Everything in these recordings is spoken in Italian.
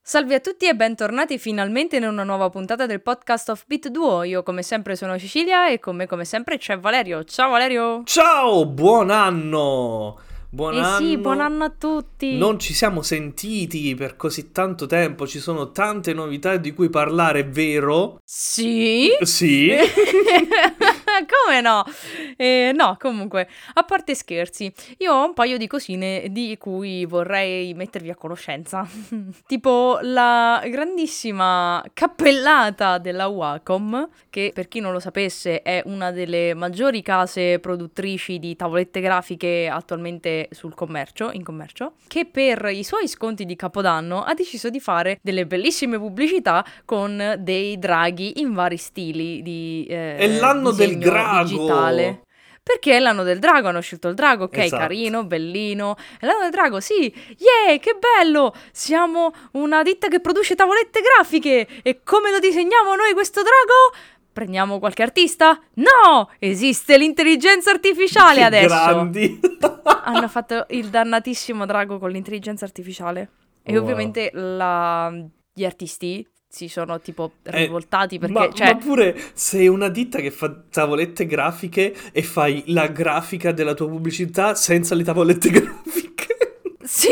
Salve a tutti e bentornati finalmente in una nuova puntata del podcast of Beat Duo. Io come sempre sono Cecilia e con me come sempre c'è Valerio. Ciao Valerio! Ciao, buon anno! Buon Sì, buon anno! anno a tutti! Non ci siamo sentiti per così tanto tempo, ci sono tante novità di cui parlare, vero? Sì? Sì. Come no? No, comunque, a parte scherzi, io ho un paio di cosine di cui vorrei mettervi a conoscenza. Tipo la grandissima cappellata della Wacom, che per chi non lo sapesse è una delle maggiori case produttrici di tavolette grafiche attualmente in commercio, che per i suoi sconti di Capodanno ha deciso di fare delle bellissime pubblicità con dei draghi in vari stili di È l'anno del disegno digitale. drago! Perché è l'anno del drago, hanno scelto il drago, ok, Esatto. carino, bellino. È l'anno del drago, sì, yeah, che bello! Siamo una ditta che produce tavolette grafiche. E come lo disegniamo noi questo drago? Prendiamo qualche artista? No! Esiste l'intelligenza artificiale Che adesso! grandi! Hanno fatto il dannatissimo drago con l'intelligenza artificiale. E Wow. ovviamente gli artisti si sono tipo rivoltati perché, Ma pure sei una ditta che fa tavolette grafiche e fai la grafica della tua pubblicità senza le tavolette grafiche. Sì,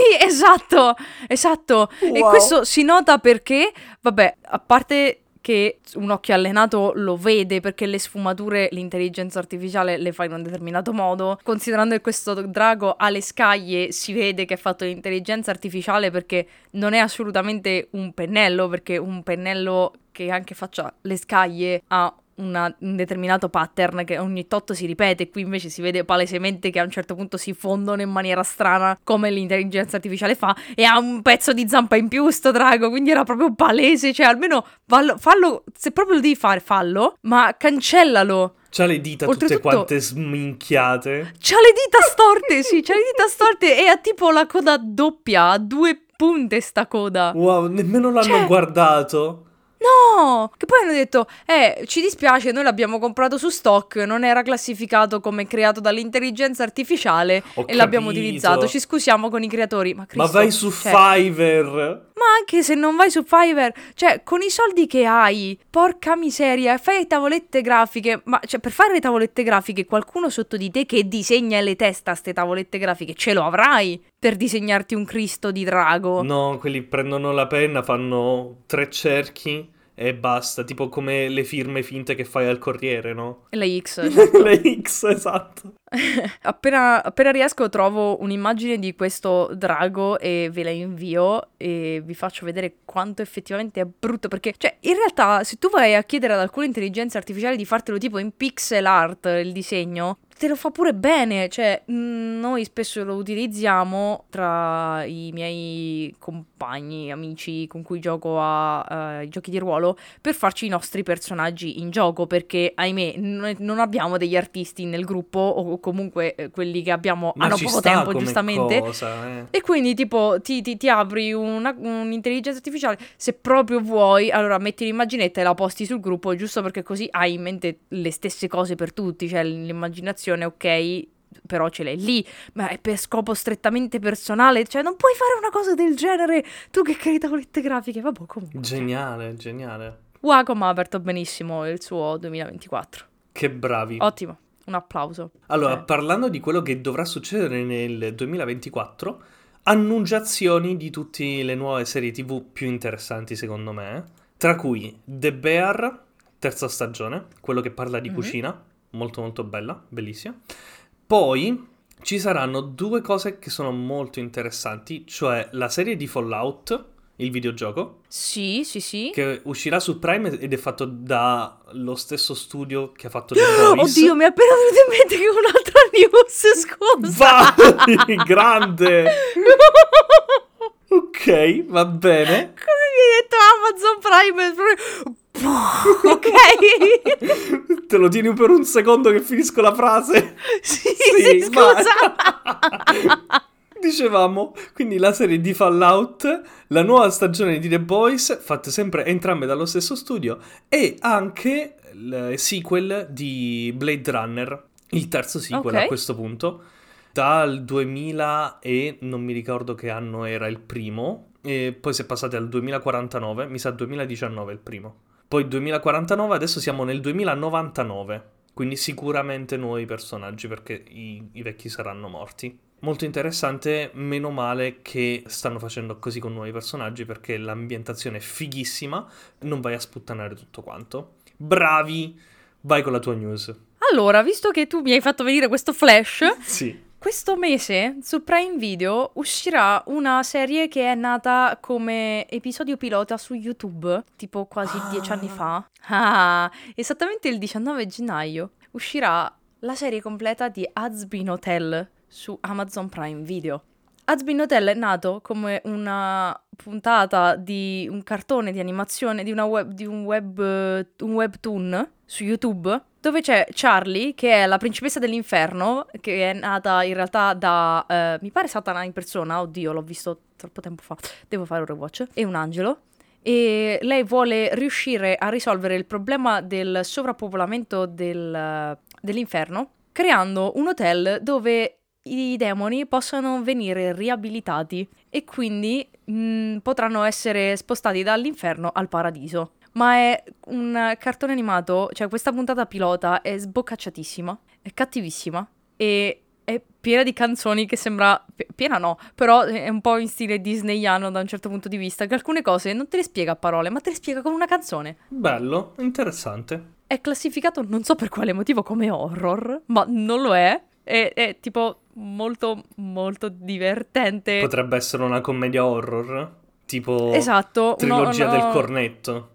esatto. E Wow. questo si nota perché, vabbè, a parte che un occhio allenato lo vede perché le sfumature l'intelligenza artificiale le fa in un determinato modo, considerando che questo drago ha le scaglie, si vede che è fatto di intelligenza artificiale perché non è assolutamente un pennello, perché un pennello che anche faccia le scaglie ha un determinato pattern che ogni tot si ripete. Qui invece si vede palesemente che a un certo punto si fondono in maniera strana come l'intelligenza artificiale fa, e ha un pezzo di zampa in più sto drago, quindi era proprio palese, cioè almeno fallo, se proprio lo devi fare fallo, ma cancellalo. C'ha le dita tutte Oltretutto quante sminchiate. c'ha le dita storte, sì, c'ha le dita storte e ha tipo la coda doppia, ha due punte sta coda. Wow, nemmeno l'hanno Cioè, guardato. no! Che poi hanno detto, ci dispiace, noi l'abbiamo comprato su stock, non era classificato come creato dall'intelligenza artificiale Ho e l'abbiamo utilizzato. Ci capito. scusiamo con i creatori. Ma Ma vai Cristo, su cioè, Fiverr. ma anche se non vai su Fiverr, cioè, con i soldi che hai, porca miseria, fai le tavolette grafiche, ma cioè, per fare le tavolette grafiche, qualcuno sotto di te che disegna le teste a ste tavolette grafiche, ce lo avrai per disegnarti un Cristo di drago. No, quelli prendono la penna, fanno 3 cerchi e basta. Tipo come le firme finte che fai al corriere, no? E la X, certo. Le X, esatto. Appena riesco trovo un'immagine di questo drago e ve la invio e vi faccio vedere quanto effettivamente è brutto, perché, cioè, in realtà se tu vai a chiedere ad alcune intelligenze artificiali di fartelo tipo in pixel art il disegno, te lo fa pure bene, cioè, noi spesso lo utilizziamo tra i miei compagni, amici con cui gioco a giochi di ruolo per farci i nostri personaggi in gioco, perché ahimè noi non abbiamo degli artisti nel gruppo, o comunque quelli che abbiamo Ma hanno ci poco sta tempo, come giustamente. cosa, eh. E quindi tipo ti apri un'intelligenza artificiale, se proprio vuoi, allora metti l'immaginetta e la posti sul gruppo, giusto perché così hai in mente le stesse cose per tutti, cioè l'immaginazione, ok, però ce l'hai lì, ma è per scopo strettamente personale, cioè non puoi fare una cosa del genere, tu che crei tavolette grafiche, vabbè, comunque. Geniale, geniale. Wacom ha aperto benissimo il suo 2024. Che bravi. Ottimo, un applauso. Allora, Cioè, parlando di quello che dovrà succedere nel 2024, annunciazioni di tutte le nuove serie TV più interessanti secondo me, tra cui The Bear, terza stagione, quello che parla di mhm. cucina, molto molto bella, bellissima. Poi ci saranno due cose che sono molto interessanti, cioè la serie di Fallout, il videogioco, Sì. che uscirà su Prime ed è fatto dallo stesso studio che ha fatto The Boys. Oddio, mi è appena venuto in mente che un'altra news, scusa. Vai, grande. Ok, va bene. Come mi hai detto Amazon Prime? Ok. Te lo tieni per un secondo che finisco la frase? Sì, Sì, vai. scusa. Dicevamo, quindi la serie di Fallout, la nuova stagione di The Boys, fatte sempre entrambe dallo stesso studio, e anche il sequel di Blade Runner, il terzo sequel a Ok. questo punto, dal 2000 e non mi ricordo che anno era il primo, e poi si è passati al 2049, mi sa 2019 il primo. Poi 2049, adesso siamo nel 2099, quindi sicuramente nuovi personaggi perché i vecchi saranno morti. Molto interessante, meno male che stanno facendo così con nuovi personaggi perché l'ambientazione è fighissima, non vai a sputtanare tutto quanto. Bravi, vai con la tua news. Allora, visto che tu mi hai fatto venire questo flash, Sì. questo mese su Prime Video uscirà una serie che è nata come episodio pilota su YouTube, tipo quasi 10 anni fa. Esattamente il 19 gennaio uscirà la serie completa di Hazbin Hotel su Amazon Prime Video. Hazbin Hotel è nato come una puntata di un cartone di animazione, di un webtoon su YouTube, dove c'è Charlie, che è la principessa dell'inferno, che è nata in realtà da, mi pare Satana in persona, oddio, l'ho visto troppo tempo fa, devo fare un rewatch, è un angelo, e lei vuole riuscire a risolvere il problema del sovrappopolamento dell'inferno, creando un hotel dove i demoni possano venire riabilitati e quindi potranno essere spostati dall'inferno al paradiso. Ma è un cartone animato, cioè questa puntata pilota è sboccacciatissima, è cattivissima e è piena di canzoni che sembra... piena no, però è un po' in stile disneyano da un certo punto di vista, che alcune cose non te le spiega a parole, ma te le spiega con una canzone. Bello, interessante. È classificato, non so per quale motivo, come horror, ma non lo è. È tipo molto, molto divertente. Potrebbe essere una commedia horror, tipo Esatto. Trilogia del Cornetto.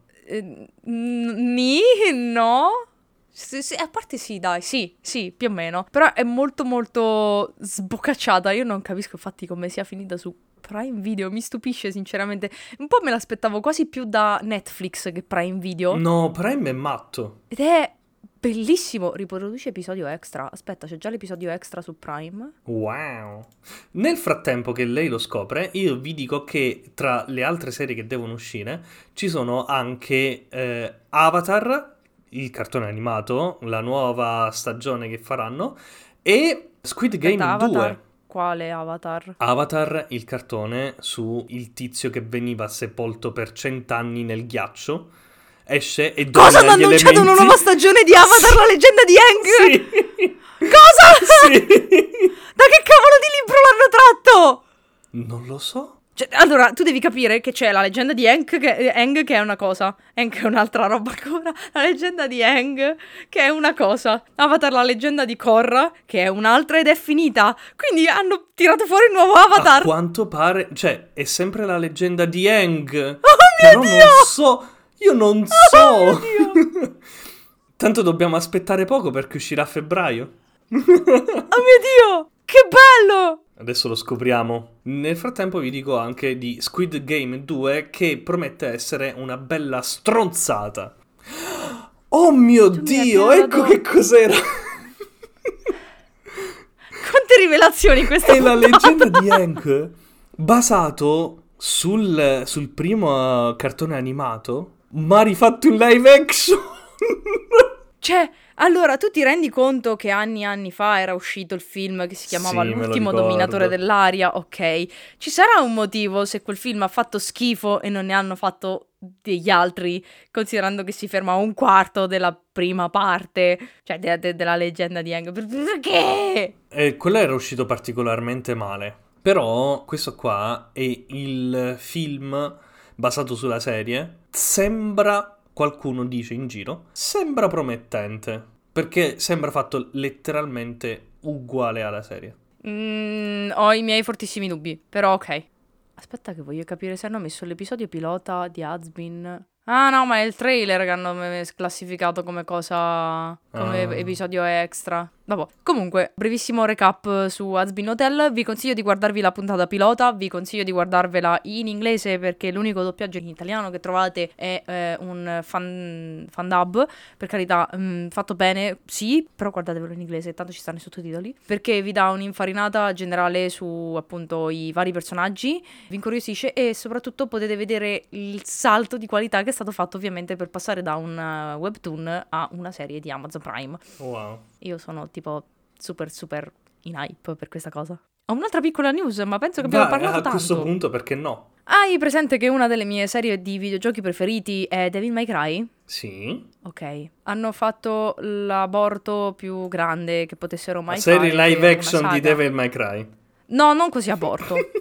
No. Sì, a parte sì, dai, sì, più o meno. Però è molto molto sboccacciata. Io non capisco infatti come sia finita su Prime Video. Mi stupisce sinceramente. Un po' me l'aspettavo quasi più da Netflix che Prime Video. No, Prime è matto. Ed è bellissimo. Riproduce episodio extra. Aspetta, c'è già l'episodio extra su Prime? Wow. Nel frattempo che lei lo scopre, io vi dico che tra le altre serie che devono uscire ci sono anche Avatar, il cartone animato, la nuova stagione che faranno, e Squid Game Aspetta, 2. Avatar? Quale Avatar? Avatar, il cartone su il tizio che veniva sepolto per 100 anni nel ghiaccio, esce e Cosa hanno domina gli annunciato elementi. una nuova stagione di Avatar, Sì. la leggenda di Aang? Sì. Cosa? Sì. Da che cavolo di libro l'hanno tratto? Non lo so. Cioè, allora, tu devi capire che c'è la leggenda di Aang che è una cosa. Aang è un'altra roba ancora. La leggenda di Aang che è una cosa. Avatar, la leggenda di Korra, che è un'altra ed è finita. Quindi hanno tirato fuori il nuovo Avatar. A quanto pare, cioè, è sempre la leggenda di Aang. Oh mio Però Dio! non so. Io non so. Oh mio Dio! Tanto dobbiamo aspettare poco perché uscirà a febbraio. Oh mio Dio! Che bello! Adesso lo scopriamo. Nel frattempo vi dico anche di Squid Game 2 che promette essere una bella stronzata. Oh mio Tu mi hai Dio, appena ecco dato- che cos'era. Quante rivelazioni in questa È la puntata. leggenda di Hank basato sul primo cartone animato, ma rifatto in live action. Cioè, allora, tu ti rendi conto che anni e anni fa era uscito il film che si chiamava Sì, me lo L'ultimo ricordo. dominatore dell'aria? Ok. Ci sarà un motivo se quel film ha fatto schifo e non ne hanno fatto degli altri, considerando che si ferma a un quarto della prima parte, cioè della leggenda di Aang. Perché? E quello era uscito particolarmente male. Però questo qua è il film basato sulla serie. Sembra, qualcuno dice in giro, sembra promettente. Perché sembra fatto letteralmente uguale alla serie. Ho i miei fortissimi dubbi, però ok. Aspetta che voglio capire se hanno messo l'episodio pilota di Hazbin. Ah no, ma è il trailer che hanno classificato come cosa, come episodio extra. Vabbè, comunque, brevissimo recap su Hazbin Hotel. Vi consiglio di guardarvi la puntata pilota, vi consiglio di guardarvela in inglese perché l'unico doppiaggio in italiano che trovate è un fan dub. Per carità, fatto bene, sì, però guardatevelo in inglese, tanto ci stanno i sottotitoli. Perché vi dà un'infarinata generale su appunto i vari personaggi, vi incuriosisce e soprattutto potete vedere il salto di qualità che è stato fatto ovviamente per passare da un webtoon a una serie di Amazon Prime. Wow. Io sono tipo super super in hype per questa cosa. Ho un'altra piccola news, ma penso che abbiamo parlato a questo tanto. punto perché no? Hai presente che una delle mie serie di videogiochi preferiti è Devil May Cry? Sì. Ok. Hanno fatto l'aborto più grande che potessero La mai serie fare live per una action di saga. Devil May Cry. No, non così aborto.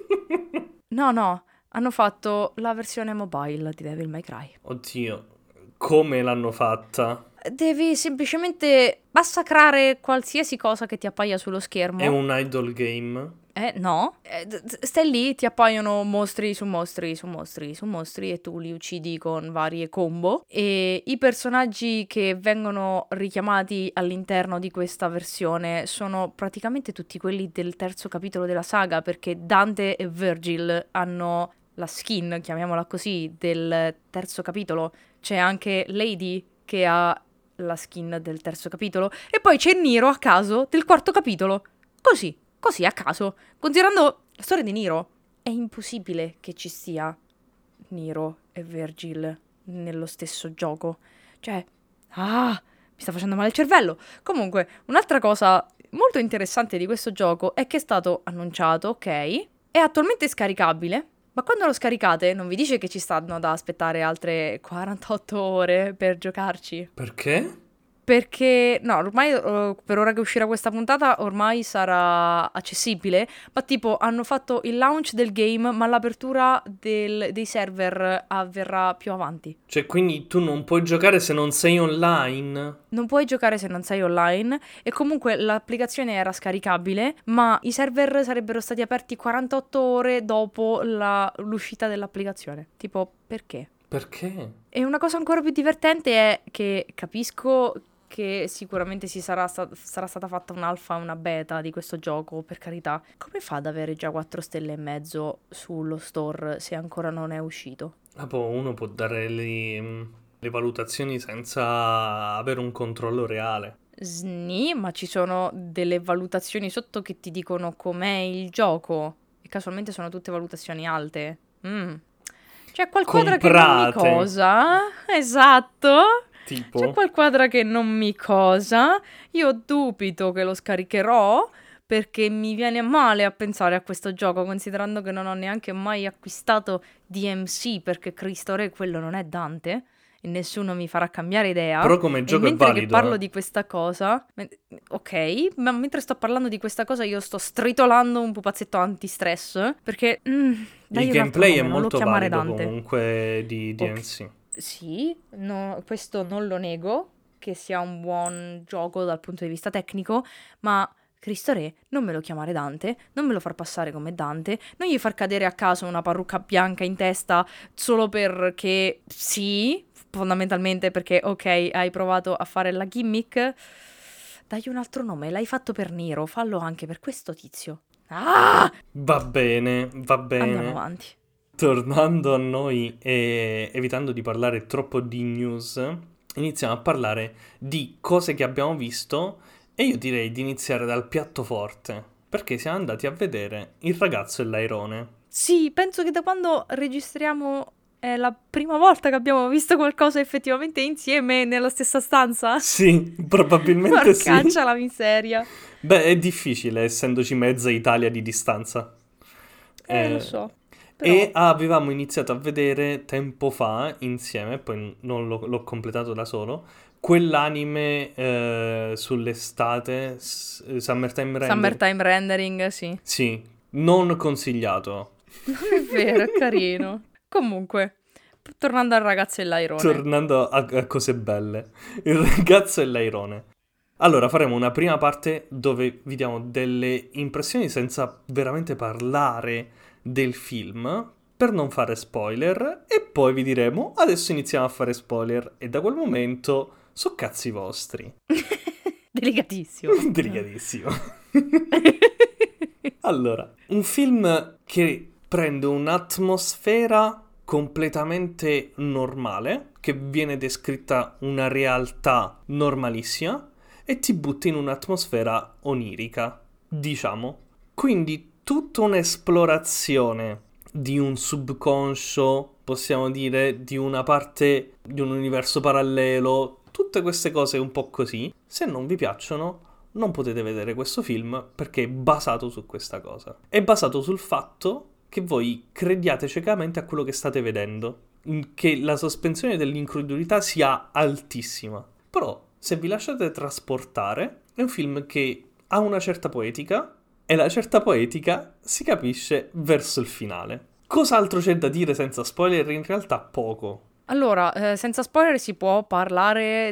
No. Hanno fatto la versione mobile di Devil May Cry. Oddio, come l'hanno fatta? Devi semplicemente massacrare qualsiasi cosa che ti appaia sullo schermo. È un idle game? No. Stai lì, ti appaiono mostri su mostri su mostri su mostri e tu li uccidi con varie combo. E i personaggi che vengono richiamati all'interno di questa versione sono praticamente tutti quelli del terzo capitolo della saga, perché Dante e Virgil hanno la skin, chiamiamola così, del terzo capitolo. C'è anche Lady che ha la skin del terzo capitolo e poi c'è Nero a caso del quarto capitolo. Così a caso. Considerando la storia di Nero, è impossibile che ci sia Nero e Virgil nello stesso gioco. Cioè, mi sta facendo male il cervello. Comunque, un'altra cosa molto interessante di questo gioco è che è stato annunciato, ok, è attualmente scaricabile, ma quando lo scaricate non vi dice che ci stanno da aspettare altre 48 ore per giocarci? Perché? Perché, no, ormai per ora che uscirà questa puntata ormai sarà accessibile, ma tipo hanno fatto il launch del game, ma l'apertura dei server avverrà più avanti. Cioè, quindi tu non puoi giocare se non sei online? Non puoi giocare se non sei online e comunque l'applicazione era scaricabile, ma i server sarebbero stati aperti 48 ore dopo l'uscita dell'applicazione. Tipo, perché? Perché? E una cosa ancora più divertente è che capisco che sicuramente sarà stata fatta un'alfa e una beta di questo gioco, per carità. Come fa ad avere già 4 stelle e mezzo sullo store se ancora non è uscito? Uno può dare le valutazioni senza avere un controllo reale. Sni, ma ci sono delle valutazioni sotto che ti dicono com'è il gioco. E casualmente sono tutte valutazioni alte. C'è qualquadra che non mi Comprate. cosa. Esatto. Tipo? C'è qualquadra che non mi cosa. Io dubito che lo scaricherò perché mi viene male a pensare a questo gioco, considerando che non ho neanche mai acquistato DMC, perché Cristo Re quello non è Dante e nessuno mi farà cambiare idea. Però come E gioco è mentre che valido. parlo di questa cosa, ok, ma mentre sto parlando di questa cosa io sto stritolando un pupazzetto antistress perché dai Il un altro gameplay è nome, non lo molto chiamare valido Dante. comunque di Ok. DMC. Sì, no, questo non lo nego, che sia un buon gioco dal punto di vista tecnico, ma Cristo Re, non me lo chiamare Dante, non me lo far passare come Dante, non gli far cadere a caso una parrucca bianca in testa solo perché sì, fondamentalmente perché ok, hai provato a fare la gimmick, dagli un altro nome, l'hai fatto per Nero, fallo anche per questo tizio. Va bene, va bene. Andiamo avanti. Tornando a noi e evitando di parlare troppo di news, iniziamo a parlare di cose che abbiamo visto e io direi di iniziare dal piatto forte, perché siamo andati a vedere Il ragazzo e l'airone. Sì, penso che da quando registriamo è la prima volta che abbiamo visto qualcosa effettivamente insieme nella stessa stanza. Sì, probabilmente sì. Porcaccia la miseria. Beh, è difficile essendoci mezza Italia di distanza. Lo so. Però... E avevamo iniziato a vedere tempo fa insieme, poi non l'ho completato da solo, quell'anime sull'estate, Summertime Render. Summertime Rendering, sì. Sì, non consigliato. Non è vero, è carino. Comunque, tornando al ragazzo e l'airone. Tornando a cose belle. Il ragazzo e l'airone. Allora, faremo una prima parte dove vi diamo delle impressioni senza veramente parlare del film, per non fare spoiler, e poi vi diremo adesso iniziamo a fare spoiler e da quel momento so cazzi vostri. Delicatissimo. Delicatissimo. Allora, un film che prende un'atmosfera completamente normale, che viene descritta una realtà normalissima, e ti butta in un'atmosfera onirica, diciamo. Quindi tutta un'esplorazione di un subconscio, possiamo dire, di una parte di un universo parallelo, tutte queste cose un po' così. Se non vi piacciono, non potete vedere questo film perché è basato su questa cosa. È basato sul fatto che voi crediate ciecamente a quello che state vedendo, che la sospensione dell'incredulità sia altissima. Però, se vi lasciate trasportare, è un film che ha una certa poetica, e la certa poetica si capisce verso il finale. Cos'altro c'è da dire senza spoiler? In realtà poco. Allora, senza spoiler si può parlare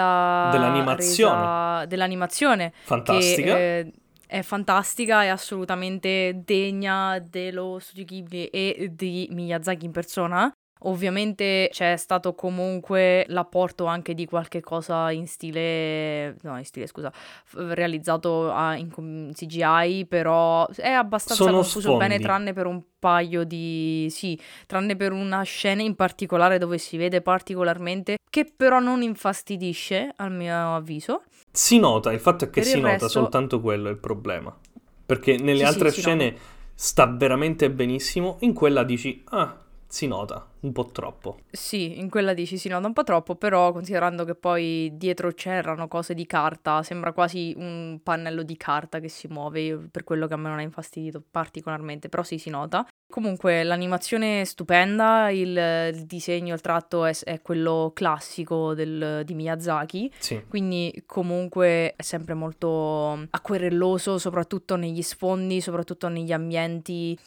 dell'animazione. Fantastica. Che è fantastica, è assolutamente degna dello studio Ghibli e di Miyazaki in persona. Ovviamente c'è stato comunque l'apporto anche di qualche cosa realizzato in CGI, però è abbastanza Sono confuso sfondi. bene, tranne per un paio tranne per una scena in particolare dove si vede particolarmente, che però non infastidisce, al mio avviso. Si nota, il fatto è che Per si il nota resto- soltanto quello è il problema. Perché nelle Sì, altre si scene nota. sta veramente benissimo, in quella dici, si nota, un po' troppo. Sì, in quella dici si nota un po' troppo, però considerando che poi dietro c'erano cose di carta, sembra quasi un pannello di carta che si muove, per quello che a me non ha infastidito particolarmente, però sì, si nota. Comunque l'animazione è stupenda, il disegno, il tratto è quello classico di Miyazaki, Sì. quindi comunque è sempre molto acquerelloso, soprattutto negli sfondi, soprattutto negli ambienti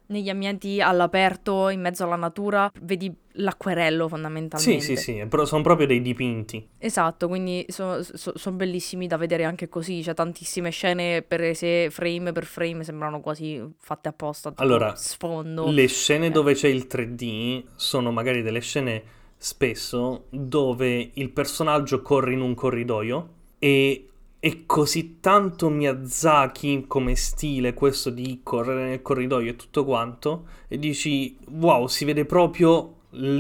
all'aperto, in mezzo alla natura, vedi l'acquerello fondamentalmente. Sì, però sono proprio dei dipinti. Esatto, quindi sono bellissimi da vedere anche così, c'è tantissime scene prese frame per frame, sembrano quasi fatte apposta, tipo Allora, sfondo. le scene dove c'è il 3D sono magari delle scene spesso dove il personaggio corre in un corridoio e è così tanto Miyazaki come stile questo di correre nel corridoio e tutto quanto, e dici wow, si vede proprio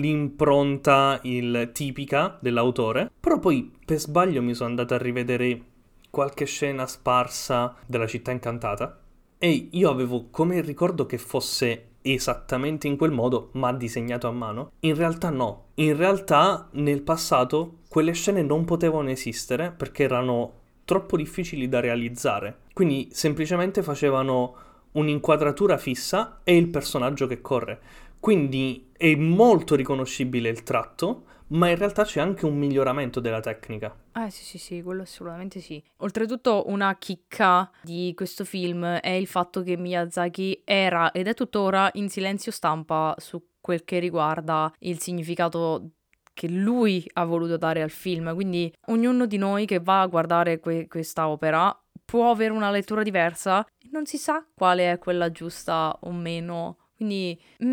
l'impronta tipica dell'autore. Però poi per sbaglio mi sono andato a rivedere qualche scena sparsa della Città Incantata e io avevo come il ricordo che fosse esattamente in quel modo, ma disegnato a mano. In realtà no. In realtà nel passato quelle scene non potevano esistere perché erano troppo difficili da realizzare. Quindi semplicemente facevano un'inquadratura fissa e il personaggio che corre. Quindi è molto riconoscibile il tratto, ma in realtà c'è anche un miglioramento della tecnica. Sì, quello assolutamente sì. Oltretutto una chicca di questo film è il fatto che Miyazaki era ed è tuttora in silenzio stampa su quel che riguarda il significato che lui ha voluto dare al film, quindi ognuno di noi che va a guardare questa opera può avere una lettura diversa e non si sa quale è quella giusta o meno, quindi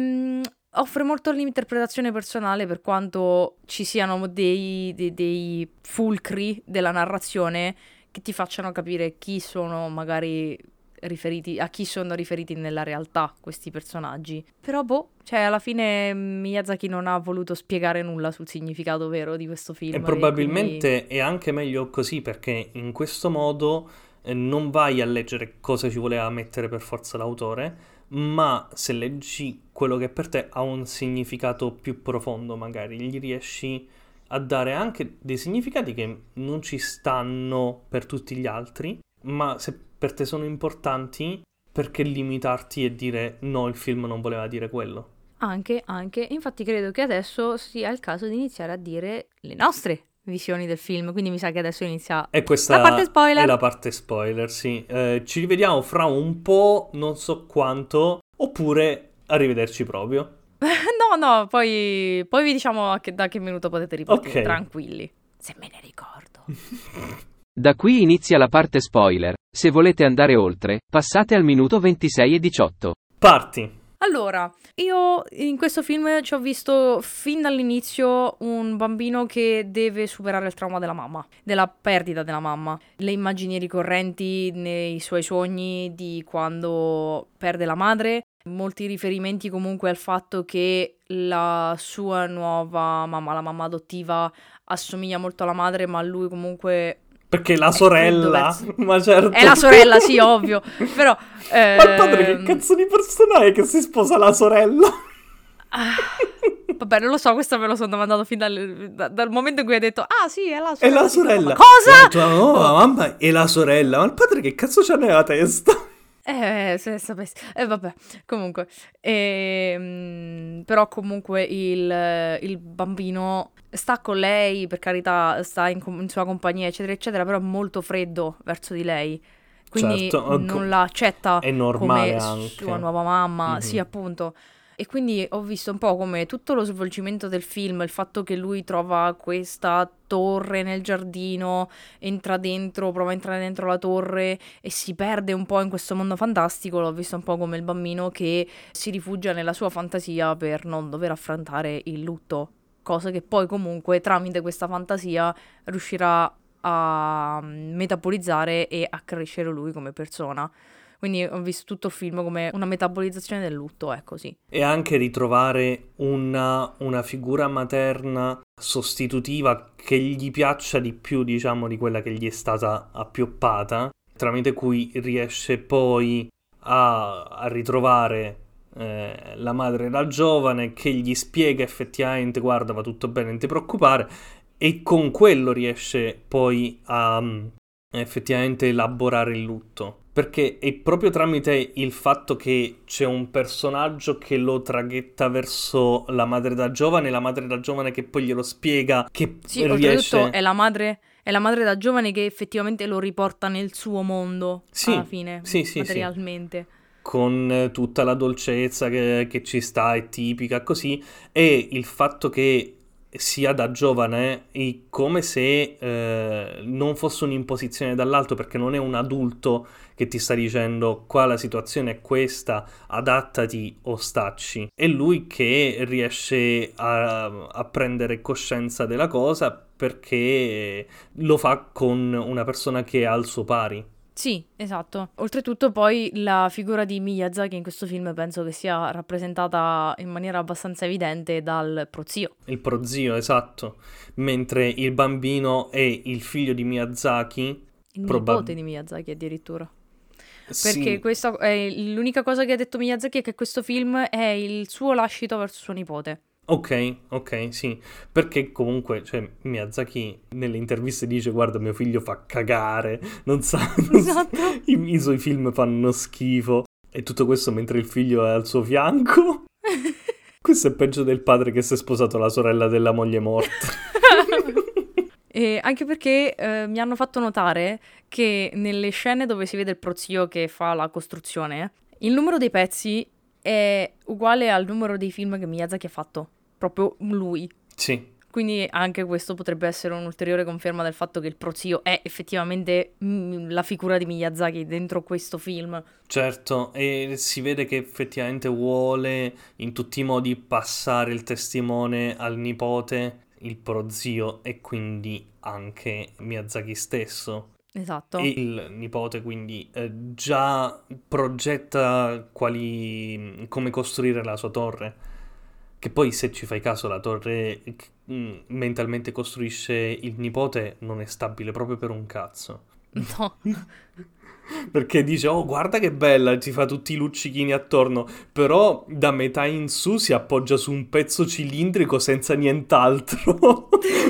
offre molto l'interpretazione personale, per quanto ci siano dei fulcri della narrazione che ti facciano capire chi sono magari a chi sono riferiti nella realtà questi personaggi. Però cioè alla fine Miyazaki non ha voluto spiegare nulla sul significato vero di questo film. E probabilmente è anche meglio così, perché in questo modo non vai a leggere cosa ci voleva mettere per forza l'autore, ma se leggi quello che per te ha un significato più profondo, magari gli riesci a dare anche dei significati che non ci stanno per tutti gli altri, ma se per te sono importanti, perché limitarti e dire no, il film non voleva dire quello? Anche, infatti credo che adesso sia il caso di iniziare a dire le nostre visioni del film, quindi mi sa che adesso inizia E questa la parte spoiler. è la parte spoiler, sì. Ci rivediamo fra un po', non so quanto, oppure arrivederci proprio. No, poi vi diciamo da che minuto potete ripartire, Ok. tranquilli, se me ne ricordo. Da qui inizia la parte spoiler. Se volete andare oltre, passate al minuto 26 e 18. Parti. Allora, io in questo film ci ho visto fin dall'inizio un bambino che deve superare il trauma della mamma, della perdita della mamma. Le immagini ricorrenti nei suoi sogni di quando perde la madre, molti riferimenti comunque al fatto che la sua nuova mamma, la mamma adottiva, assomiglia molto alla madre, ma lui comunque... Perché la sorella, ma certo. È la sorella, sì, ovvio, però... Ma il padre che cazzo di persona è che si sposa la sorella? Vabbè, non lo so, questo me lo sono domandato fin dal momento in cui hai detto sì, è la sorella. È la sorella. Ma cosa? Ho detto, no, mamma, è la sorella. Ma il padre che cazzo c'ha nella testa? Se sapessi. Vabbè, comunque. Però comunque il bambino sta con lei, per carità, sta in sua compagnia, eccetera, eccetera, però è molto freddo verso di lei. Quindi Certo, non la accetta è normale come anche. sua nuova mamma. Sì, Mhm. appunto. E quindi ho visto un po' come tutto lo svolgimento del film, il fatto che lui trova questa torre nel giardino, entra dentro, prova a entrare dentro la torre e si perde un po' in questo mondo fantastico. L'ho visto un po' come il bambino che si rifugia nella sua fantasia per non dover affrontare il lutto, cosa che poi comunque tramite questa fantasia riuscirà a metabolizzare e a crescere lui come persona. Quindi ho visto tutto il film come una metabolizzazione del lutto, è così. E anche ritrovare una figura materna sostitutiva che gli piaccia di più, diciamo, di quella che gli è stata appioppata, tramite cui riesce poi a ritrovare la madre da giovane che gli spiega effettivamente: guarda, va tutto bene, non ti preoccupare, e con quello riesce poi a effettivamente elaborare il lutto. Perché è proprio tramite il fatto che c'è un personaggio che lo traghetta verso la madre da giovane che poi glielo spiega, che Sì, oltretutto riesce... è la madre da giovane che effettivamente lo riporta nel suo mondo, alla Sì, fine, sì. materialmente. Con tutta la dolcezza che ci sta, è tipica, così, e il fatto che sia da giovane è come se non fosse un'imposizione dall'alto, perché non è un adulto che ti sta dicendo: qua la situazione è questa, adattati o stacci. È lui che riesce a prendere coscienza della cosa, perché lo fa con una persona che è al suo pari. Sì, esatto. Oltretutto poi la figura di Miyazaki in questo film penso che sia rappresentata in maniera abbastanza evidente dal prozio. Il prozio, esatto. Mentre il bambino è il figlio di Miyazaki. Il nipote di Miyazaki addirittura. Perché Sì, questa è l'unica cosa che ha detto Miyazaki, è che questo film è il suo lascito verso suo nipote. ok, sì. Perché comunque, cioè, Miyazaki nelle interviste dice: guarda, mio figlio fa cagare, non sa, Esatto. i suoi film fanno schifo. E tutto questo mentre il figlio è al suo fianco. Questo è peggio del padre che si è sposato la sorella della moglie morta. E anche perché mi hanno fatto notare che nelle scene dove si vede il prozio che fa la costruzione, il numero dei pezzi è uguale al numero dei film che Miyazaki ha fatto. Proprio lui. Sì. Quindi anche questo potrebbe essere un'ulteriore conferma del fatto che il prozio è effettivamente la figura di Miyazaki dentro questo film. Certo, e si vede che effettivamente vuole in tutti i modi passare il testimone al nipote, il prozio, e quindi anche Miyazaki stesso. Esatto. E il nipote quindi già progetta come costruire la sua torre. Che poi, se ci fai caso, la torre mentalmente costruisce il nipote non è stabile proprio per un cazzo. No. Perché dice: oh, guarda che bella, ti fa tutti i luccichini attorno, però da metà in su si appoggia su un pezzo cilindrico senza nient'altro.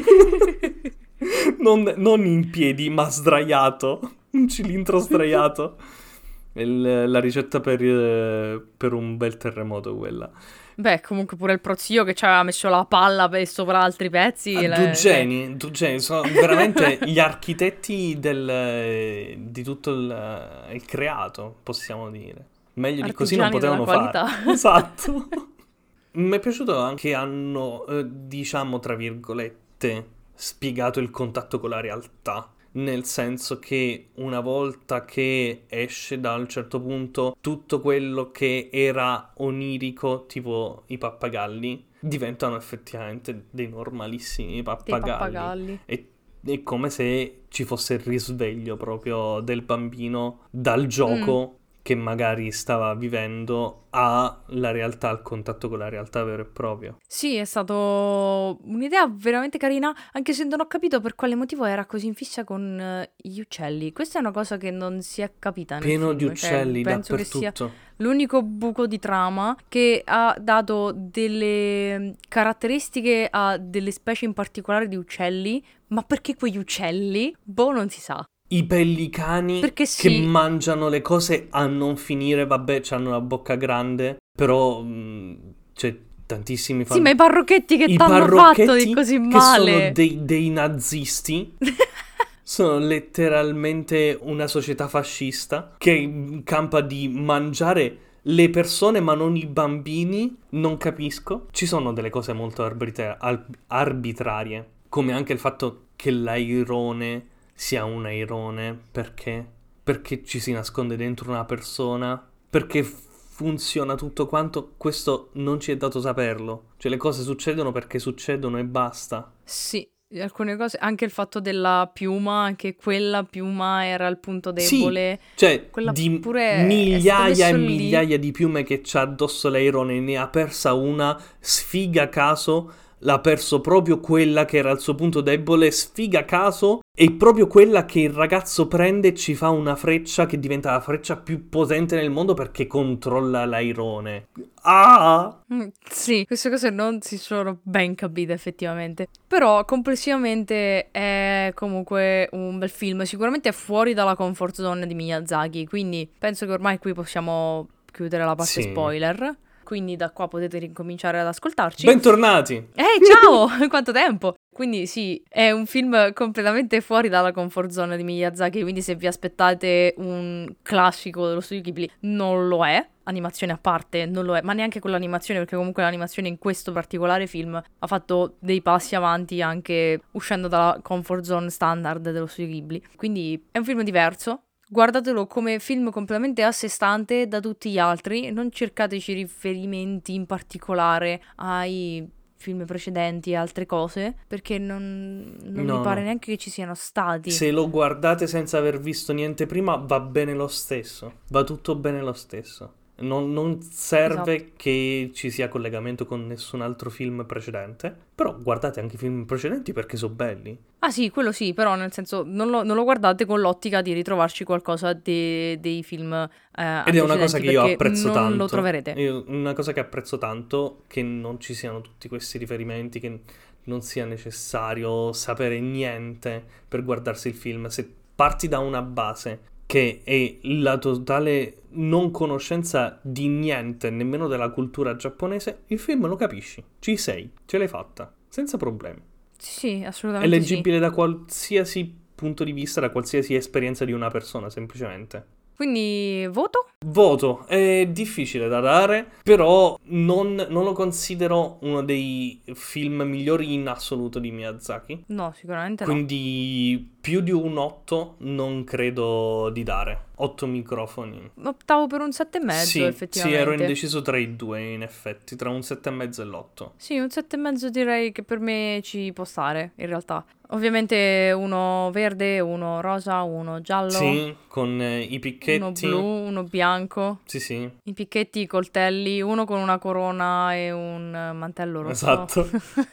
Non in piedi, ma sdraiato. Un cilindro sdraiato. È la ricetta per un bel terremoto, quella. Beh, comunque pure il prozio che ci aveva messo la palla sopra altri pezzi. Due geni, sono veramente gli architetti di tutto il creato, possiamo dire. Meglio di così non Artigiani della potevano fare. qualità. Esatto. Mi è piaciuto anche che hanno, diciamo, tra virgolette, spiegato il contatto con la realtà. Nel senso che una volta che esce da un certo punto, tutto quello che era onirico, tipo i pappagalli, diventano effettivamente dei normalissimi Dei pappagalli. pappagalli. È come se ci fosse il risveglio proprio del bambino dal gioco che magari stava vivendo alla realtà, al contatto con la realtà vero e proprio. Sì, è stato un'idea veramente carina, anche se non ho capito per quale motivo era così in fissa con gli uccelli. Questa è una cosa che non si è capita nel Pieno film. di uccelli penso che sia dappertutto. l'unico buco di trama che ha dato delle caratteristiche a delle specie in particolare di uccelli, ma perché quegli uccelli? Boh, non si sa. I pellicani Perché che sì. mangiano le cose a non finire, vabbè, c'hanno una bocca grande, però c'è tantissimi Sì, ma i parrocchetti che I t'hanno fatto di parrocchetti così che sono male. dei nazisti. Sono letteralmente una società fascista che campa di mangiare le persone ma non i bambini. Non capisco. Ci sono delle cose molto arbitrarie, come anche il fatto che l'airone sia un airone. Perché? Perché ci si nasconde dentro una persona? Perché funziona tutto quanto? Questo non ci è dato saperlo. Cioè le cose succedono perché succedono e basta. Sì, alcune cose, anche il fatto della piuma, che quella piuma era il punto Sì, debole, cioè quella di pure è stato migliaia e messo lì. migliaia di piume che c'ha addosso l'airone, ne ha persa una, sfiga caso, l'ha perso proprio quella che era il suo punto debole, sfiga caso, è proprio quella che il ragazzo prende e ci fa una freccia che diventa la freccia più potente nel mondo perché controlla l'airone. Ah! Sì, queste cose non si sono ben capite effettivamente. Però complessivamente è comunque un bel film. Sicuramente è fuori dalla comfort zone di Miyazaki. Quindi penso che ormai qui possiamo chiudere la parte Sì. spoiler. Quindi da qua potete ricominciare ad ascoltarci. Bentornati! Ciao! Quanto tempo! Quindi sì, è un film completamente fuori dalla comfort zone di Miyazaki, quindi se vi aspettate un classico dello studio Ghibli, non lo è. Animazione a parte, non lo è, ma neanche con l'animazione, perché comunque l'animazione in questo particolare film ha fatto dei passi avanti anche uscendo dalla comfort zone standard dello studio Ghibli. Quindi è un film diverso. Guardatelo come film completamente a sé stante da tutti gli altri, non cercateci riferimenti in particolare ai film precedenti e altre cose, perché non mi pare No. neanche che ci siano stati. Se lo guardate senza aver visto niente prima, va bene lo stesso. Va tutto bene lo stesso. Non serve Esatto. che ci sia collegamento con nessun altro film precedente. Però guardate anche i film precedenti perché sono belli. Ah sì, quello sì, però nel senso non lo guardate con l'ottica di ritrovarci qualcosa dei film Ed è una cosa antecedenti, che io perché apprezzo non tanto. lo troverete. Una cosa che apprezzo tanto, che non ci siano tutti questi riferimenti, che non sia necessario sapere niente per guardarsi il film. Se parti da una base che è la totale non conoscenza di niente, nemmeno della cultura giapponese, il film lo capisci, ci sei, ce l'hai fatta, senza problemi. Sì, È assolutamente sì. leggibile da qualsiasi punto di vista, da qualsiasi esperienza di una persona, semplicemente. Quindi voto? Voto, è difficile da dare, però non lo considero uno dei film migliori in assoluto di Miyazaki. No, sicuramente no. Quindi più di un 8 non credo di dare. 8 microfoni. Optavo per un 7,5 Sì, effettivamente. ero indeciso tra i due, in effetti, tra un 7,5 e l'8. Sì, un 7,5 direi che per me ci può stare, in realtà. Ovviamente uno verde, uno rosa, uno giallo, Sì, con i uno picchetti. blu, uno bianco. Sì, sì, I picchetti, i coltelli, uno con una corona e un mantello rosso. esatto.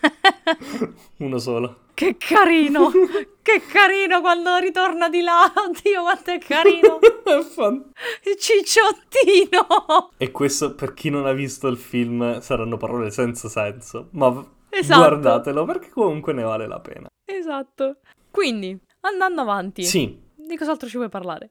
Uno solo. Che carino! Che carino quando ritorna di là! Oddio, quanto è carino! Il cicciottino! E questo, per chi non ha visto il film, saranno parole senza senso. Ma Esatto. guardatelo, perché comunque ne vale la pena. Esatto. Quindi, andando avanti, Sì. di cos'altro ci vuoi parlare?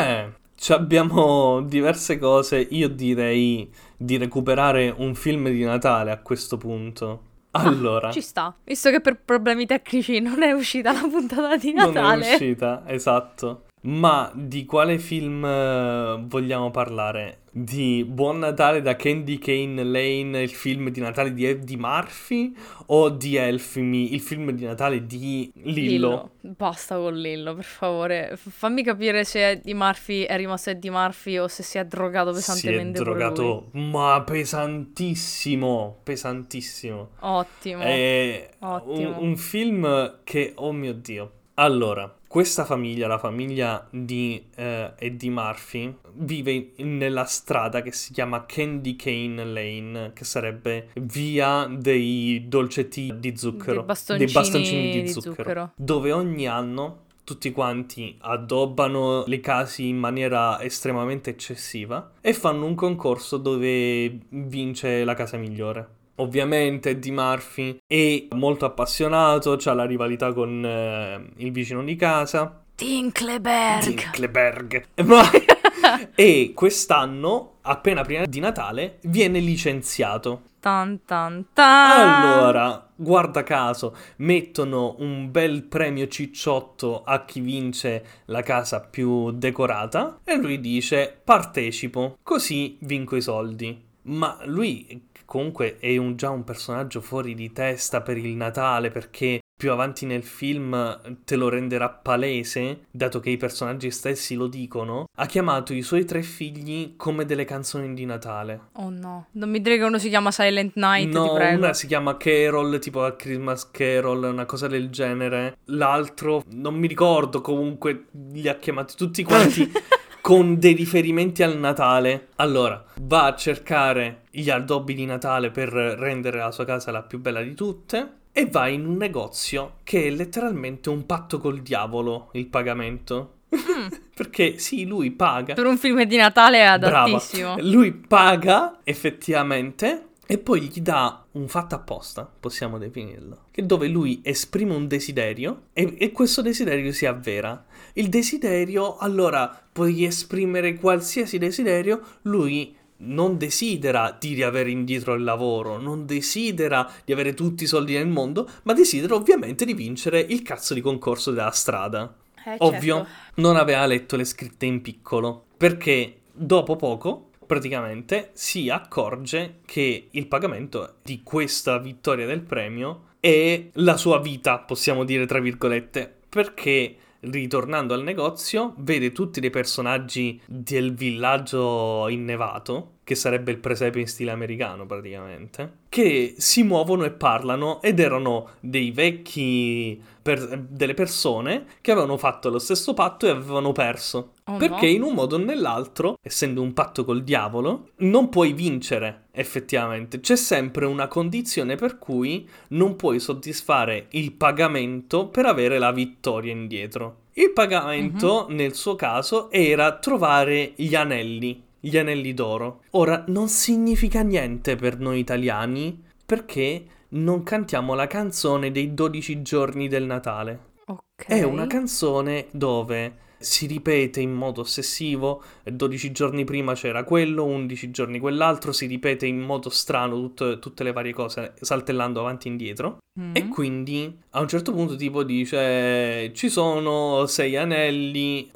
Abbiamo diverse cose. Io direi di recuperare un film di Natale a questo punto. Allora, Ci sta. Visto che per problemi tecnici non è uscita la puntata di non Natale. è uscita, esatto. Ma di quale film vogliamo parlare? Di Buon Natale da Candy Cane Lane, il film di Natale di Eddie Murphy? O di Elfimi, il film di Natale di Lillo? Basta con Lillo, per favore. Fammi capire se Eddie Murphy è rimasto Eddie Murphy o se si è drogato Si è pesantemente pure lui. drogato, ma pesantissimo, pesantissimo. Ottimo. È Ottimo. un film che, oh mio Dio. Allora, questa famiglia, la famiglia di Eddie Murphy, vive nella strada che si chiama Candy Cane Lane, che sarebbe via dei dolcetti di zucchero, Dei bastoncini di zucchero. dove ogni anno tutti quanti addobbano le case in maniera estremamente eccessiva e fanno un concorso dove vince la casa migliore. Ovviamente Eddie Murphy è molto appassionato, c'ha la rivalità con il vicino di casa, Tinkleberg. E quest'anno, appena prima di Natale, viene licenziato. Tan tan tan. Allora, guarda caso, mettono un bel premio cicciotto a chi vince la casa più decorata e lui dice partecipo, così vinco i soldi. Ma lui comunque è già un personaggio fuori di testa per il Natale, perché più avanti nel film te lo renderà palese, dato che i personaggi stessi lo dicono. Ha chiamato i suoi 3 figli come delle canzoni di Natale. Oh no, non mi dire che uno si chiama Silent Night, No, ti prego. una si chiama Carol, tipo a Christmas Carol, una cosa del genere. L'altro, non mi ricordo, comunque li ha chiamati tutti quanti con dei riferimenti al Natale. Allora, va a cercare gli addobbi di Natale per rendere la sua casa la più bella di tutte e va in un negozio che è letteralmente un patto col diavolo, il pagamento. Perché sì, lui paga. Per un film di Natale è Brava. adattissimo. Lui paga effettivamente e poi gli dà un fatto apposta, possiamo definirlo, che dove lui esprime un desiderio e questo desiderio si avvera. Il desiderio, allora, puoi esprimere qualsiasi desiderio, lui non desidera di riavere indietro il lavoro, non desidera di avere tutti i soldi nel mondo, ma desidera ovviamente di vincere il cazzo di concorso della strada. Ovvio, Certo. non aveva letto le scritte in piccolo, perché dopo poco, praticamente, si accorge che il pagamento di questa vittoria del premio è la sua vita, possiamo dire tra virgolette, perché ritornando al negozio vede tutti dei personaggi del villaggio innevato, che sarebbe il presepe in stile americano praticamente, che si muovono e parlano ed erano dei vecchi delle persone che avevano fatto lo stesso patto e avevano perso. Oh Perché no. in un modo o nell'altro, essendo un patto col diavolo, non puoi vincere effettivamente. C'è sempre una condizione per cui non puoi soddisfare il pagamento per avere la vittoria indietro. Il pagamento, nel suo caso, era trovare gli anelli d'oro. Ora, non significa niente per noi italiani perché non cantiamo la canzone dei 12 giorni del Natale. Ok. È una canzone dove si ripete in modo ossessivo, 12 giorni prima c'era quello, 11 giorni quell'altro, si ripete in modo strano tutte le varie cose, saltellando avanti e indietro. E quindi a un certo punto tipo dice ci sono 6 anelli,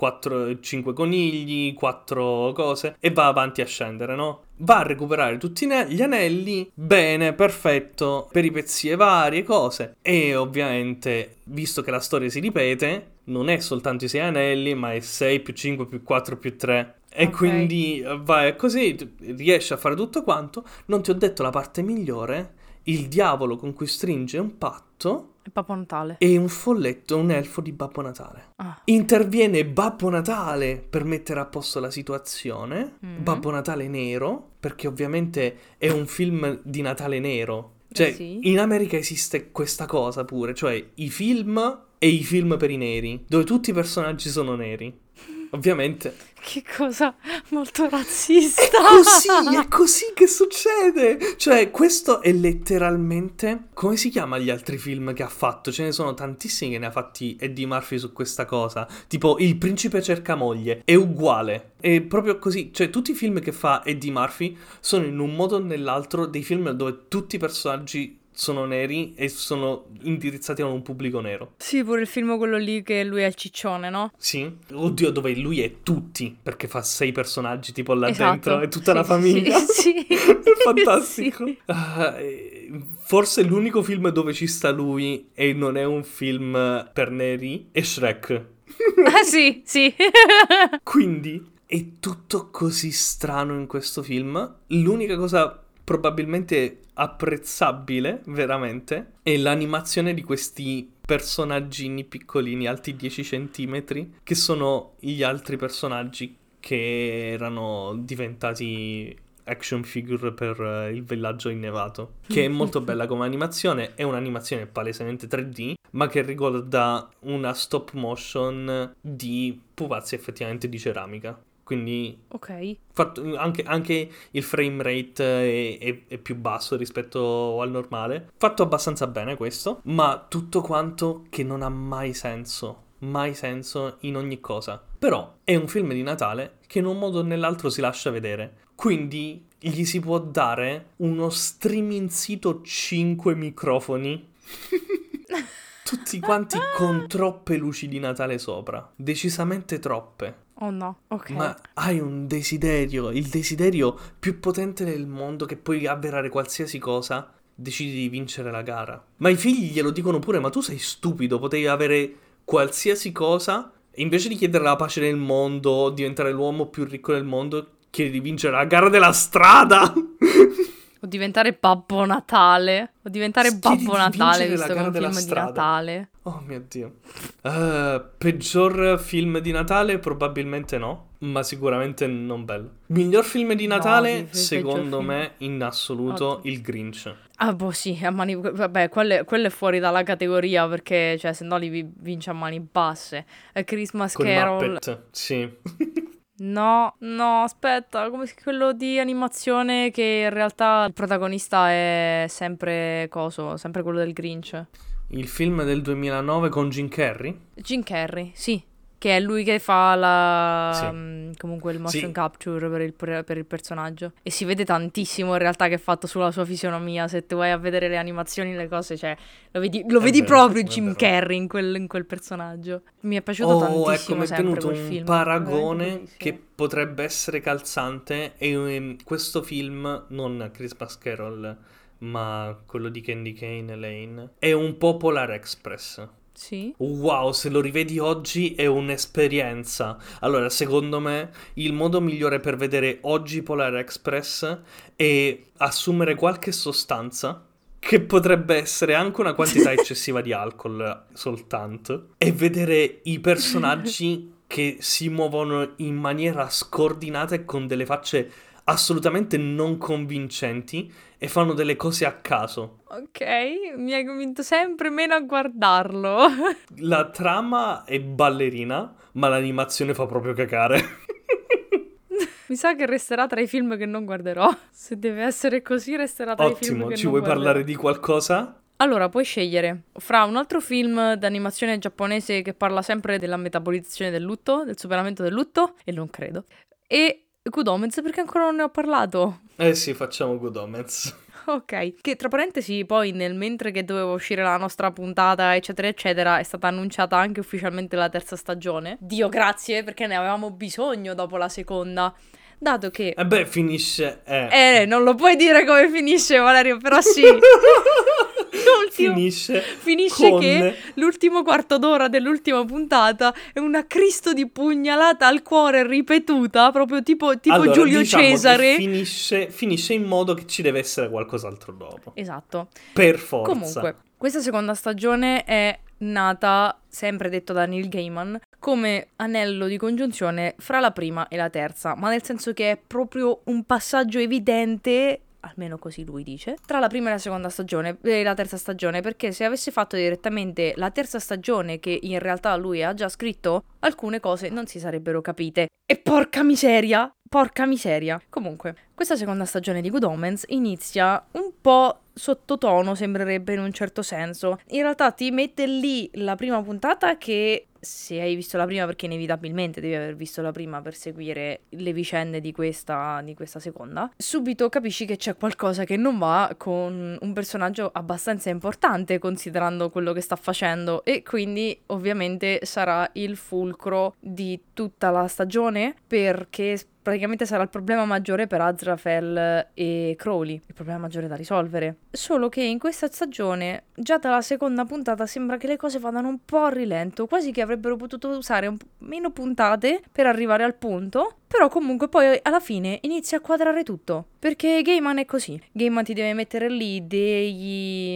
5 conigli, 4 cose e va avanti a scendere, no? Va a recuperare tutti gli anelli, bene, perfetto, peripezie varie, cose. E ovviamente, visto che la storia si ripete, non è soltanto i 6 anelli, ma è 6 più 5 più 4 più 3. E Ok. quindi vai così, riesci a fare tutto quanto. Non ti ho detto la parte migliore. Il diavolo con cui stringe un patto È Babbo Natale. è un folletto, un elfo di Babbo Natale. Ah. Interviene Babbo Natale per mettere a posto la situazione. Babbo Natale nero, perché ovviamente è un film di Natale nero. Cioè, sì. in America esiste questa cosa pure, cioè i film e i film per i neri, dove tutti i personaggi sono neri. Ovviamente. Che cosa molto razzista. È così che succede. Cioè, questo è letteralmente... Come si chiama gli altri film che ha fatto? Ce ne sono tantissimi che ne ha fatti Eddie Murphy su questa cosa. Tipo Il principe cerca moglie. È uguale. È proprio così. Cioè, tutti i film che fa Eddie Murphy sono in un modo o nell'altro dei film dove tutti i personaggi sono neri e sono indirizzati a un pubblico nero. Sì, pure il film quello lì che lui è il ciccione, no? Sì. Oddio, dove lui è tutti, perché fa 6 personaggi tipo là Esatto. dentro e tutta Sì, la sì, famiglia. sì. È fantastico. Sì. Forse l'unico film dove ci sta lui e non è un film per neri è Shrek. Ah sì, sì. Quindi è tutto così strano in questo film. L'unica cosa probabilmente apprezzabile, veramente, è l'animazione di questi personaggini piccolini, alti 10 centimetri, che sono gli altri personaggi che erano diventati action figure per il villaggio innevato, che è molto bella come animazione. È un'animazione palesemente 3D, ma che ricorda una stop motion di pupazzi effettivamente di ceramica. Quindi Ok. anche il frame rate è più basso rispetto al normale. Fatto abbastanza bene questo, ma tutto quanto che non ha mai senso. mai senso in ogni cosa. Però è un film di Natale che in un modo o nell'altro si lascia vedere. Quindi gli si può dare uno streaming sito 5 microfoni. Tutti quanti con troppe luci di Natale sopra. Decisamente troppe. Oh no, ok. Ma hai un desiderio, il desiderio più potente del mondo che puoi avverare qualsiasi cosa, decidi di vincere la gara. Ma i figli glielo dicono pure, ma tu sei stupido, potevi avere qualsiasi cosa, e invece di chiedere la pace nel mondo, diventare l'uomo più ricco del mondo, chiedi di vincere la gara della strada! O diventare Babbo Natale. O diventare Chiedi Babbo di Natale, vincere la visto che è gara un della film di strada. Natale. Oh mio Dio. Peggior film di Natale? Probabilmente no, ma sicuramente non bello. Miglior film di No, Natale? il Secondo peggior film. me, in assoluto, Oddio. il Grinch. Ah, boh, sì, vabbè, quello è fuori dalla categoria, perché, cioè, se no li vince a mani basse. A Christmas Con i Carol... Muppet, sì. No, aspetta, come quello di animazione che in realtà il protagonista è sempre sempre quello del Grinch. Il film del 2009 con Jim Carrey? Jim Carrey, sì, che è lui che fa comunque il motion Sì. capture per il personaggio. E si vede tantissimo in realtà che è fatto sulla sua fisionomia. Se tu vai a vedere le animazioni, le cose, cioè, lo vedi vero, proprio è Jim vero. Carrey in quel personaggio. Mi è piaciuto Oh, tantissimo ecco, mi è sempre venuto quel un film. paragone Veramente bellissimo. che potrebbe essere calzante. E questo film, non Christmas Carol, ma quello di Candy Cane Lane, è un po' Polar Express. Sì. Wow, se lo rivedi oggi è un'esperienza. Allora, secondo me, il modo migliore per vedere oggi Polar Express è assumere qualche sostanza, che potrebbe essere anche una quantità eccessiva di alcol soltanto, e vedere i personaggi che si muovono in maniera scordinata e con delle facce assolutamente non convincenti e fanno delle cose a caso. Ok, mi hai convinto sempre meno a guardarlo. La trama è ballerina, ma l'animazione fa proprio cacare. Mi sa che resterà tra i film che non guarderò. Se deve essere così, resterà tra i film Ottimo, che ci non vuoi guarderò. parlare di qualcosa? Allora, puoi scegliere fra un altro film d'animazione giapponese che parla sempre della metabolizzazione del lutto, del superamento del lutto, e non credo, e Good Omens, perché ancora non ne ho parlato. Eh sì, facciamo Good Omens. Ok, che tra parentesi poi nel mentre che doveva uscire la nostra puntata eccetera eccetera è stata annunciata anche ufficialmente la terza stagione. Dio grazie, perché ne avevamo bisogno dopo la seconda, dato che... E beh, finisce... non lo puoi dire come finisce, Valerio, però sì. Finisce con... che l'ultimo quarto d'ora dell'ultima puntata è una Cristo di pugnalata al cuore ripetuta, proprio tipo Allora, Giulio diciamo che Cesare. finisce in modo che ci deve essere qualcos'altro dopo. Esatto. Per forza. Comunque, questa seconda stagione è nata, sempre detto da Neil Gaiman, come anello di congiunzione fra la prima e la terza, ma nel senso che è proprio un passaggio evidente, almeno così lui dice, tra la prima e la seconda stagione e la terza stagione, perché se avesse fatto direttamente la terza stagione, che in realtà lui ha già scritto, alcune cose non si sarebbero capite. E porca miseria! Comunque, questa seconda stagione di Good Omens inizia un po' sottotono, sembrerebbe in un certo senso. In realtà ti mette lì la prima puntata che, se hai visto la prima, perché inevitabilmente devi aver visto la prima per seguire le vicende di questa seconda, subito capisci che c'è qualcosa che non va con un personaggio abbastanza importante considerando quello che sta facendo, e quindi ovviamente sarà il fulcro di tutta la stagione, perché praticamente sarà il problema maggiore per Azrael e Crowley, il problema maggiore da risolvere. Solo che in questa stagione, già dalla seconda puntata, sembra che le cose vadano un po' a rilento, quasi che avrebbero potuto usare un po' meno puntate per arrivare al punto, però comunque poi alla fine inizia a quadrare tutto, perché Gaiman è così. Gaiman ti deve mettere lì degli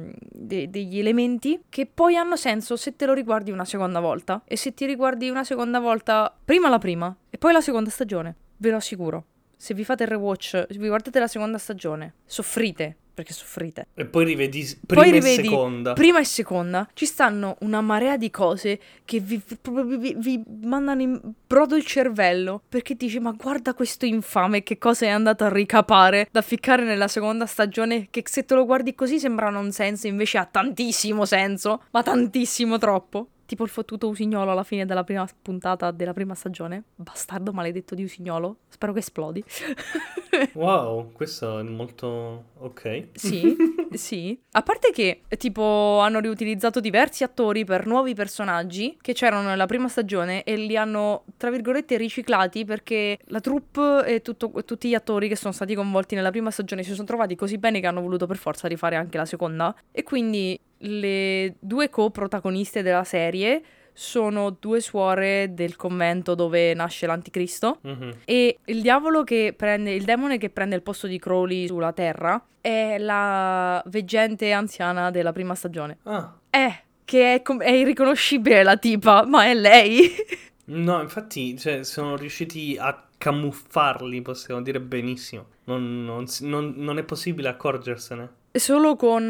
elementi che poi hanno senso se te lo riguardi una seconda volta, e se ti riguardi una seconda volta prima la prima e poi la seconda stagione, ve lo assicuro. Se vi fate il rewatch, se vi guardate la seconda stagione, soffrite, perché soffrite. E poi rivedi Poi e rivedi seconda. prima e seconda, ci stanno una marea di cose che vi mandano in brodo il cervello, perché dici, ma guarda questo infame che cosa è andato a ricapare da ficcare nella seconda stagione, che se te lo guardi così sembra non senso, invece ha tantissimo senso, ma tantissimo troppo. Tipo il fottuto Usignolo alla fine della prima puntata della prima stagione. Bastardo maledetto di Usignolo. Spero che esplodi. Wow, questo è molto ok. Sì, sì. A parte che, tipo, hanno riutilizzato diversi attori per nuovi personaggi che c'erano nella prima stagione e li hanno, tra virgolette, riciclati perché la troupe e tutti gli attori che sono stati coinvolti nella prima stagione si sono trovati così bene che hanno voluto per forza rifare anche la seconda. E quindi le due co-protagoniste della serie sono due suore del convento dove nasce l'anticristo. Mhm. E il demone che prende il posto di Crowley sulla Terra è la veggente anziana della prima stagione. Ah, Che è irriconoscibile la tipa, ma è lei. no, infatti, cioè, sono riusciti a camuffarli, possiamo dire benissimo. Non è possibile accorgersene. Solo con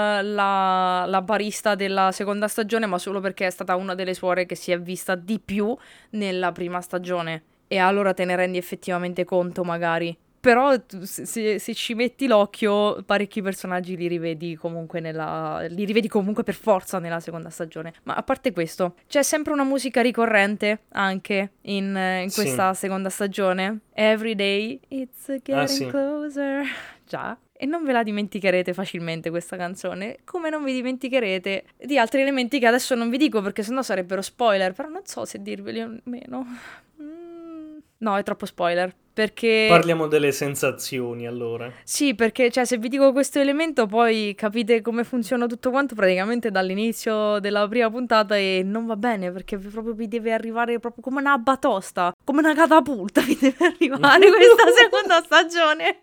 la barista della seconda stagione, ma solo perché è stata una delle suore che si è vista di più nella prima stagione. E allora te ne rendi effettivamente conto, magari. Però se ci metti l'occhio, parecchi personaggi li rivedi comunque per forza nella seconda stagione. Ma a parte questo, c'è sempre una musica ricorrente anche in Sì. questa seconda stagione. Every day it's getting sì. closer. Già. E non ve la dimenticherete facilmente questa canzone, come non vi dimenticherete di altri elementi che adesso non vi dico perché sennò sarebbero spoiler, però non so se dirveli o meno. No, è troppo spoiler, perché... Parliamo delle sensazioni, allora. Sì, perché cioè, se vi dico questo elemento poi capite come funziona tutto quanto praticamente dall'inizio della prima puntata e non va bene perché proprio vi deve arrivare proprio come una batosta, come una catapulta vi deve arrivare questa seconda stagione.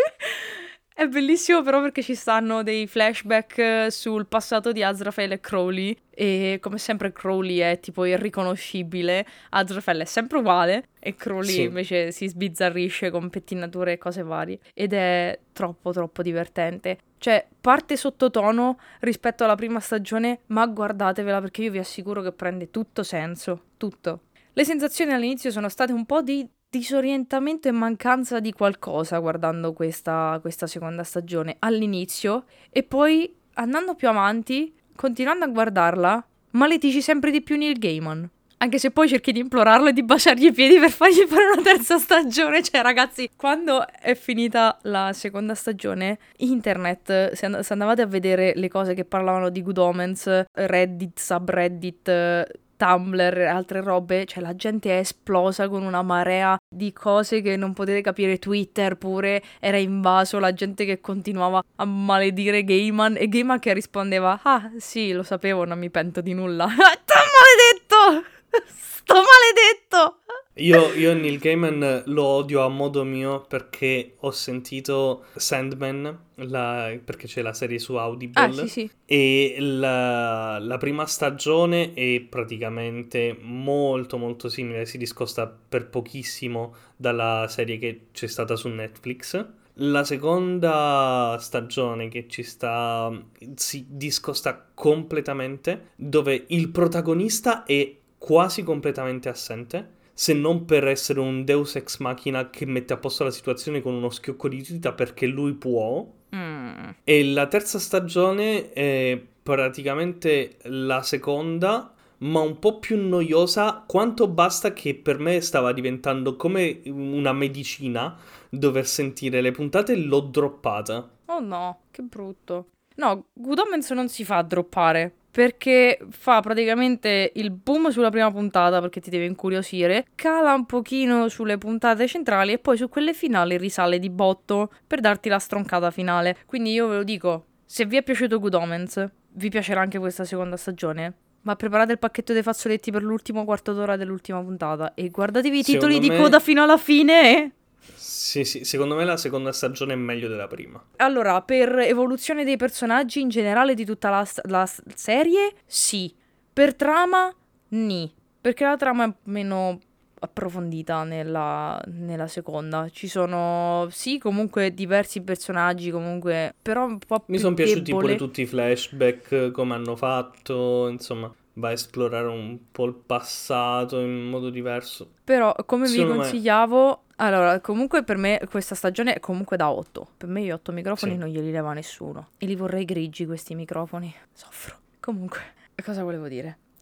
È bellissimo però perché ci stanno dei flashback sul passato di Azrael e Crowley e come sempre Crowley è tipo irriconoscibile, Azrael è sempre uguale e Crowley Sì. invece si sbizzarrisce con pettinature e cose varie ed è troppo troppo divertente. Cioè parte sottotono rispetto alla prima stagione, ma guardatevela perché io vi assicuro che prende tutto senso, tutto. Le sensazioni all'inizio sono state un po' di disorientamento e mancanza di qualcosa guardando questa seconda stagione all'inizio e poi andando più avanti, continuando a guardarla, maledici sempre di più Neil Gaiman. Anche se poi cerchi di implorarlo e di baciargli i piedi per fargli fare una terza stagione. Cioè, ragazzi, quando è finita la seconda stagione, internet, se andavate a vedere le cose che parlavano di Good Omens, Reddit, subreddit, Tumblr e altre robe, cioè la gente è esplosa con una marea di cose che non potete capire. Twitter pure era invaso, la gente che continuava a maledire Gaiman e Gaiman che rispondeva: ah sì, lo sapevo, non mi pento di nulla. Sto maledetto! Sto maledetto! Io Neil Gaiman lo odio a modo mio perché ho sentito Sandman, perché c'è la serie su Audible, Ah, sì. e la prima stagione è praticamente molto molto simile, si discosta per pochissimo dalla serie che c'è stata su Netflix. La seconda stagione che ci sta si discosta completamente, dove il protagonista è quasi completamente assente, se non per essere un Deus ex machina che mette a posto la situazione con uno schiocco di dita perché lui può. E la terza stagione è praticamente la seconda, ma un po' più noiosa, quanto basta che per me stava diventando come una medicina dover sentire le puntate, l'ho droppata. Oh no, che brutto. No, Good Omens non si fa droppare, perché fa praticamente il boom sulla prima puntata perché ti deve incuriosire, cala un pochino sulle puntate centrali e poi su quelle finali risale di botto per darti la stroncata finale. Quindi io ve lo dico, se vi è piaciuto Good Omens, vi piacerà anche questa seconda stagione. Ma preparate il pacchetto dei fazzoletti per l'ultimo quarto d'ora dell'ultima puntata e guardatevi i titoli di coda fino alla fine. Sì, secondo me la seconda stagione è meglio della prima. Allora, per evoluzione dei personaggi in generale di tutta la serie, sì. Per trama, nì. Perché la trama è meno approfondita nella seconda. Ci sono, sì, comunque diversi personaggi, comunque, però un po' più Mi sono piaciuti debole. pure tutti i flashback, come hanno fatto, insomma, va a esplorare un po' il passato in modo diverso. Però, come vi Secondo me- consigliavo, allora, comunque per me questa stagione è comunque da 8. Per me gli 8 microfoni Sì. non glieli leva nessuno. E li vorrei grigi questi microfoni. Soffro. Comunque, cosa volevo dire? Ah,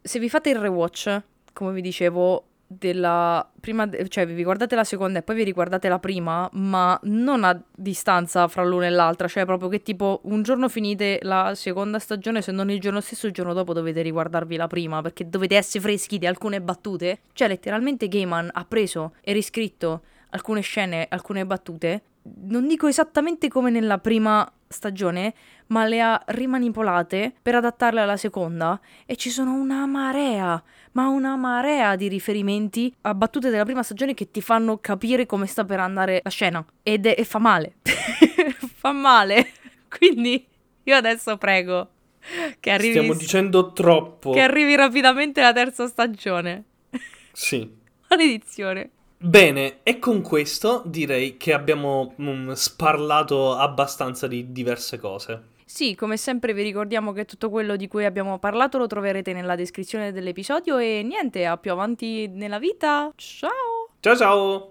se vi fate il rewatch, come vi dicevo, della prima, cioè vi guardate la seconda e poi vi riguardate la prima, ma non a distanza fra l'una e l'altra, cioè proprio che tipo un giorno finite la seconda stagione, se non il giorno stesso, il giorno dopo dovete riguardarvi la prima, perché dovete essere freschi di alcune battute. Cioè letteralmente Gaiman ha preso e riscritto alcune scene, alcune battute, non dico esattamente come nella prima stagione, ma le ha rimanipolate per adattarle alla seconda, e ci sono una marea di riferimenti a battute della prima stagione che ti fanno capire come sta per andare la scena, e fa male. Fa male. Quindi io adesso prego che arrivi, Stiamo dicendo troppo. che arrivi rapidamente la terza stagione. Sì. Maledizione. Bene, e con questo direi che abbiamo sparlato abbastanza di diverse cose. Sì, come sempre vi ricordiamo che tutto quello di cui abbiamo parlato lo troverete nella descrizione dell'episodio, e niente, a più avanti nella vita. Ciao! Ciao ciao!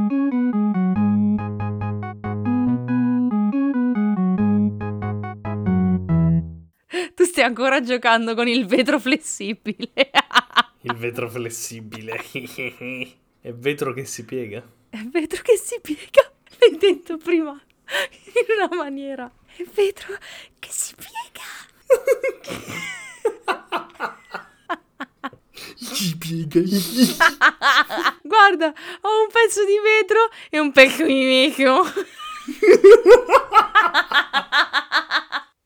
Tu stai ancora giocando con il vetro flessibile. Il vetro flessibile. È vetro che si piega. È vetro che si piega. L'hai detto prima in una maniera. È vetro che si piega. Si piega. Guarda, ho un pezzo di vetro e un pezzo di vetro.